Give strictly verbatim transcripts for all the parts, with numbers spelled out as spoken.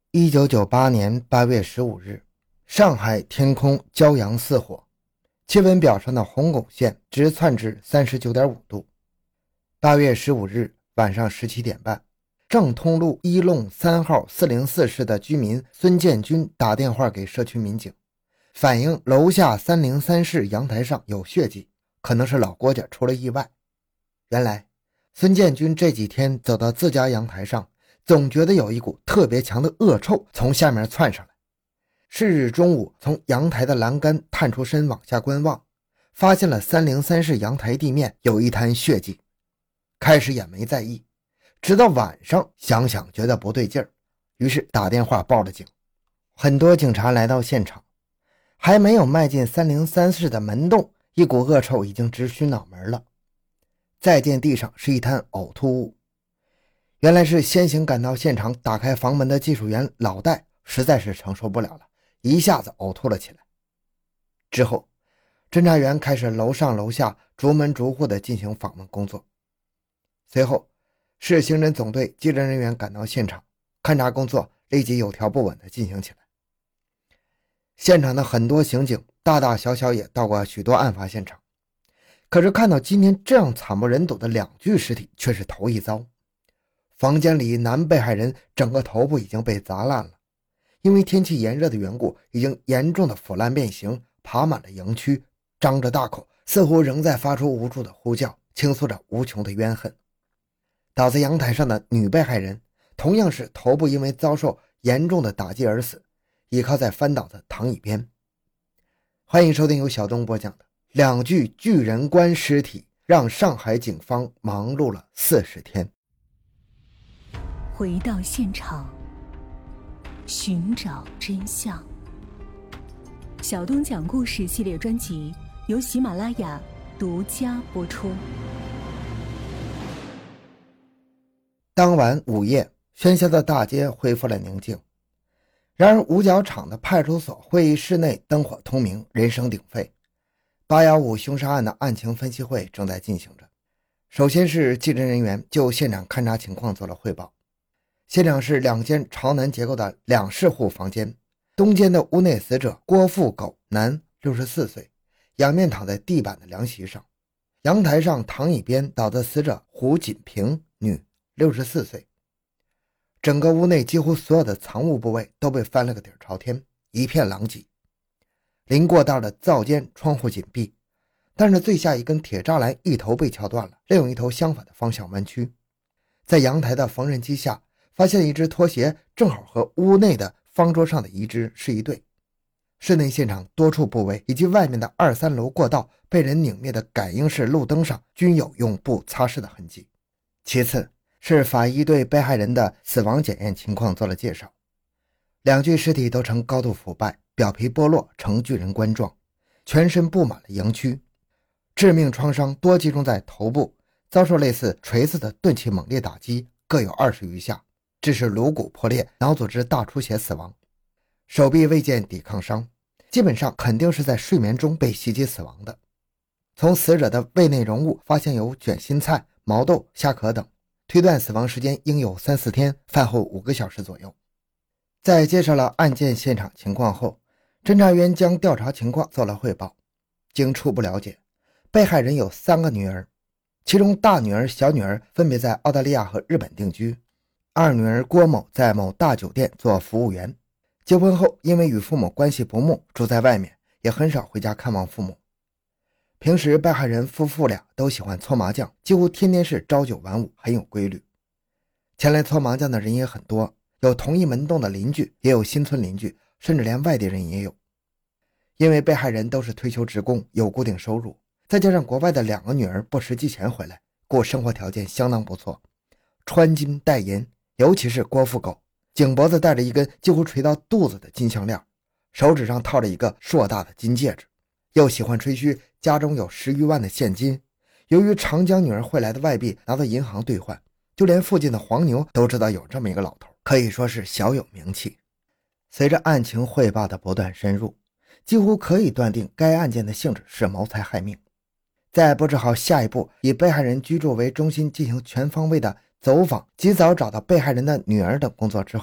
一九九八年八月十五日，上海天空骄阳似火，气温表上的红拱线直窜至 三十九点五 度。八月十五日晚上十七点半，正通路一弄三号四零四室的居民孙建军打电话给社区民警，反映楼下三零三室阳台上有血迹，可能是老郭家出了意外。原来孙建军这几天走到自家阳台上，总觉得有一股特别强的恶臭从下面窜上来。是日中午从阳台的栏杆探出身往下观望，发现了三零三室阳台地面有一滩血迹。开始也没在意，直到晚上想想觉得不对劲儿，于是打电话报了警。很多警察来到现场，还没有迈进三零三室的门洞，一股恶臭已经直熏脑门了。再见地上是一滩呕吐物，原来是先行赶到现场打开房门的技术员老戴实在是承受不了了，一下子呕吐了起来。之后侦查员开始楼上楼下逐门逐户的进行访问工作。随后市刑侦总队技侦人员赶到现场，勘查工作立即有条不紊地进行起来。现场的很多刑警大大小小也到过许多案发现场，可是看到今天这样惨不忍睹的两具尸体却是头一遭。房间里男被害人整个头部已经被砸烂了，因为天气炎热的缘故，已经严重的腐烂变形，爬满了营区，张着大口，似乎仍在发出无助的呼叫，倾诉着无穷的怨恨。倒在阳台上的女被害人同样是头部因为遭受严重的打击而死，倚靠在翻倒的躺椅边。欢迎收听由小东播讲的两具巨人棺尸体让上海警方忙碌了四十天。 回到现场，寻找真相。小东讲故事系列专辑由喜马拉雅独家播出。 当晚午夜，喧嚣的大街恢复了宁静。然而五角场的派出所会议室内灯火通明，人声鼎沸。八一五凶杀案的案情分析会正在进行着。首先是技侦人员就现场勘查情况做了汇报。现场是两间朝南结构的两室户房间，东间的屋内死者郭富狗，男，六十四岁，仰面躺在地板的凉席上。阳台上躺椅边倒的死者胡锦平，女，六十四岁。整个屋内几乎所有的藏物部位都被翻了个底朝天，一片狼藉。临过道的灶间窗户紧闭，但是最下一根铁栅栏一头被撬断了，另有一头相反的方向弯曲。在阳台的缝纫机下发现一只拖鞋，正好和屋内的方桌上的一只是一对。室内现场多处部位以及外面的二三楼过道被人拧灭的感应式路灯上均有用布擦拭的痕迹。其次是法医对被害人的死亡检验情况做了介绍。两具尸体都呈高度腐败，表皮剥落呈巨人棺状，全身布满了营区。致命创伤多集中在头部，遭受类似锤子的钝器猛烈打击，各有二十余下，致使颅骨破裂，脑组织大出血死亡。手臂未见抵抗伤，基本上肯定是在睡眠中被袭击死亡的。从死者的胃内容物发现有卷心菜、毛豆、虾壳等，推断死亡时间应有三四天，饭后五个小时左右。在介绍了案件现场情况后，侦查员将调查情况做了汇报。经初步了解，被害人有三个女儿，其中大女儿、小女儿分别在澳大利亚和日本定居，二女儿郭某在某大酒店做服务员，结婚后因为与父母关系不睦，住在外面，也很少回家看望父母。平时被害人夫妇俩都喜欢搓麻将，几乎天天是朝九晚五，很有规律。前来搓麻将的人也很多，有同一门洞的邻居，也有新村邻居，甚至连外地人也有。因为被害人都是退休职工，有固定收入，再加上国外的两个女儿不时寄钱回来，故生活条件相当不错。穿金戴银，尤其是郭富狗，颈脖子戴着一根几乎垂到肚子的金项链，手指上套着一个硕大的金戒指，又喜欢吹嘘家中有十余万的现金。由于常将女儿汇来的外币拿到银行兑换，就连附近的黄牛都知道有这么一个老头，可以说是小有名气。随着案情汇报的不断深入，几乎可以断定该案件的性质是谋财害命。在布置好下一步以被害人居住为中心进行全方位的走访，及早找到被害人的女儿等工作之后，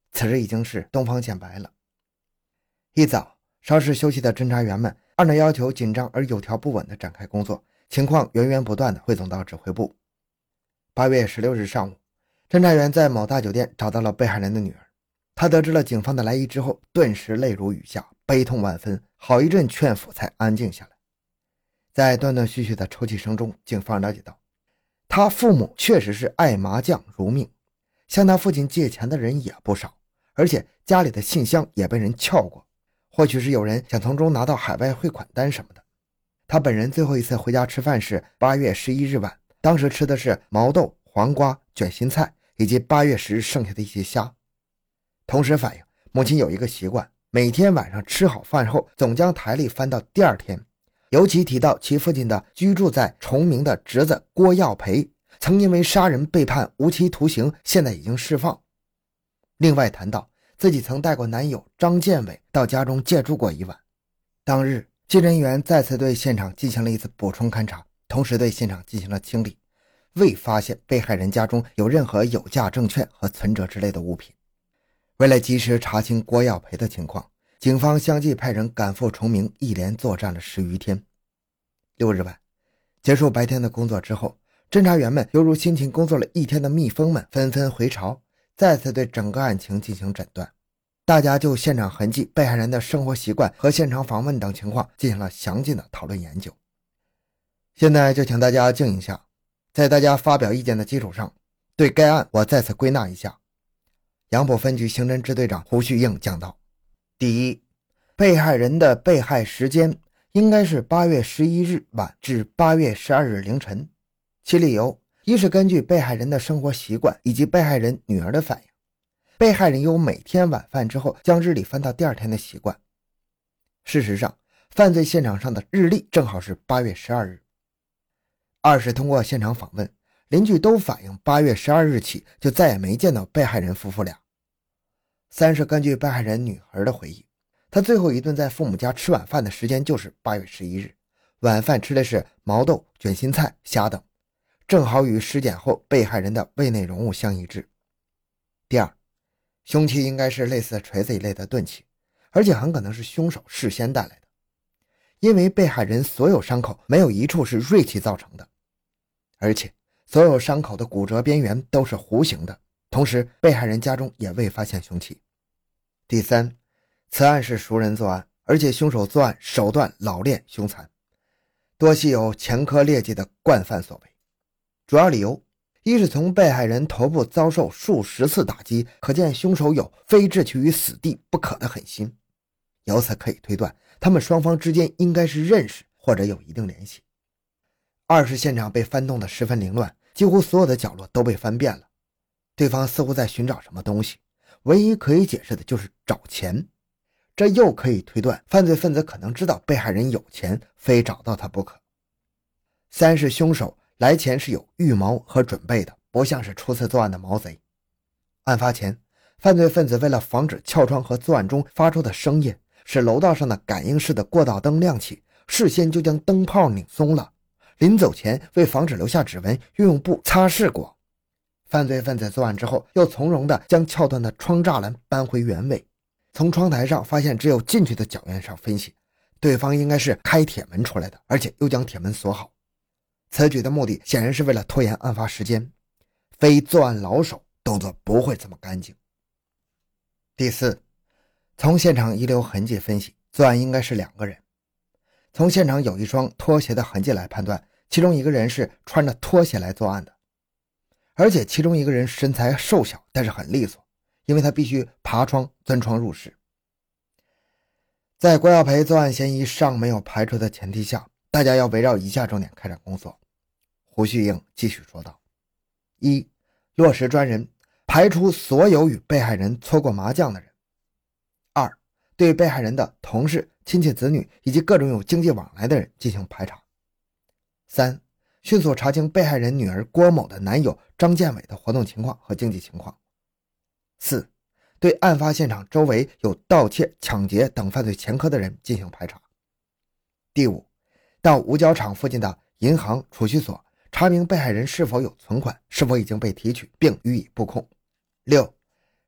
此时已经是东方显白了。一早，稍事休息的侦查员们按照要求紧张而有条不紊地展开工作，情况源源不断地汇总到指挥部。八月十六日上午，侦查员在某大酒店找到了被害人的女儿。他得知了警方的来意之后，顿时泪如雨下，悲痛万分，好一阵劝抚才安静下来。在断断续续的抽泣声中，警方了解到他父母确实是爱麻将如命，向他父亲借钱的人也不少，而且家里的信箱也被人撬过，或许是有人想从中拿到海外汇款单什么的。他本人最后一次回家吃饭是八月十一日晚，当时吃的是毛豆、黄瓜、卷心菜以及八月十日剩下的一些虾。同时反映母亲有一个习惯，每天晚上吃好饭后总将台历翻到第二天，尤其提到其父亲的居住在崇明的侄子郭耀培曾因为杀人被判无期徒刑，现在已经释放。另外谈到自己曾带过男友张建伟到家中借住过一晚。当日技侦员再次对现场进行了一次补充勘查，同时对现场进行了清理，未发现被害人家中有任何有价证券和存折之类的物品。为了及时查清郭耀培的情况，警方相继派人赶赴崇明，一连作战了十余天。六日晚，结束白天的工作之后，侦查员们犹如辛勤工作了一天的蜜蜂们纷纷回巢，再次对整个案情进行诊断。大家就现场痕迹、被害人的生活习惯和现场访问等情况进行了详尽的讨论研究。现在就请大家静一下，在大家发表意见的基础上，对该案我再次归纳一下。杨浦分局刑侦支队长胡旭英讲道：第一，被害人的被害时间应该是八月十一日晚至八月十二日凌晨，其理由一是根据被害人的生活习惯以及被害人女儿的反应，被害人有每天晚饭之后将日历翻到第二天的习惯。事实上，犯罪现场上的日历正好是八月十二日。二是通过现场访问，邻居都反映八月十二日起就再也没见到被害人夫妇俩。三是根据被害人女儿的回忆，她最后一顿在父母家吃晚饭的时间就是八月十一日，晚饭吃的是毛豆、卷心菜、虾等，正好与尸检后被害人的胃内容物相一致。第二，凶器应该是类似锤子一类的钝器，而且很可能是凶手事先带来的，因为被害人所有伤口没有一处是锐器造成的，而且所有伤口的骨折边缘都是弧形的，同时被害人家中也未发现凶器。第三，此案是熟人作案，而且凶手作案手段老练凶残，多系有前科劣迹的惯犯所为。主要理由一是从被害人头部遭受数十次打击，可见凶手有非置其于死地不可的狠心，由此可以推断他们双方之间应该是认识或者有一定联系。二是现场被翻动的十分凌乱，几乎所有的角落都被翻遍了，对方似乎在寻找什么东西，唯一可以解释的就是找钱，这又可以推断犯罪分子可能知道被害人有钱，非找到他不可。三是凶手来前是有预谋和准备的，不像是初次作案的毛贼。案发前，犯罪分子为了防止撬窗和作案中发出的声音，使楼道上的感应式的过道灯亮起，事先就将灯泡拧松了，临走前为防止留下指纹，又用布擦拭过。犯罪分子作案之后，又从容地将撬断的窗栅栏搬回原位。从窗台上发现只有进去的脚印上分析，对方应该是开铁门出来的，而且又将铁门锁好。此举的目的显然是为了拖延案发时间，非作案老手动作不会这么干净。第四，从现场遗留痕迹分析，作案应该是两个人。从现场有一双拖鞋的痕迹来判断，其中一个人是穿着拖鞋来作案的，而且其中一个人身材瘦小，但是很利索，因为他必须爬窗钻窗入室。在郭耀培作案嫌疑尚没有排除的前提下，大家要围绕以下重点开展工作。胡旭英继续说道：一、落实专人，排除所有与被害人搓过麻将的人。二、对被害人的同事、亲戚子女以及各种有经济往来的人进行排查。三、迅速查清被害人女儿郭某的男友张建伟的活动情况和经济情况。四、对案发现场周围有盗窃、抢劫等犯罪前科的人进行排查。第五，到五角场附近的银行、储蓄所查明被害人是否有存款，是否已经被提取，并予以布控。六、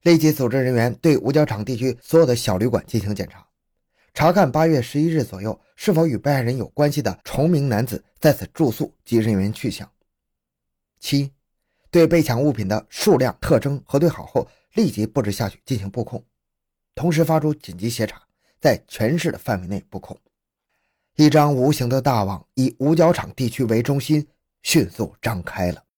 立即组织人员对五角场地区所有的小旅馆进行检查，查看八月十一日左右是否与被害人有关系的重名男子在此住宿及人员去向。七、对被抢物品的数量特征核对好后，立即布置下去进行布控，同时发出紧急协查，在全市的范围内布控。一张无形的大网以五角场地区为中心迅速张开了。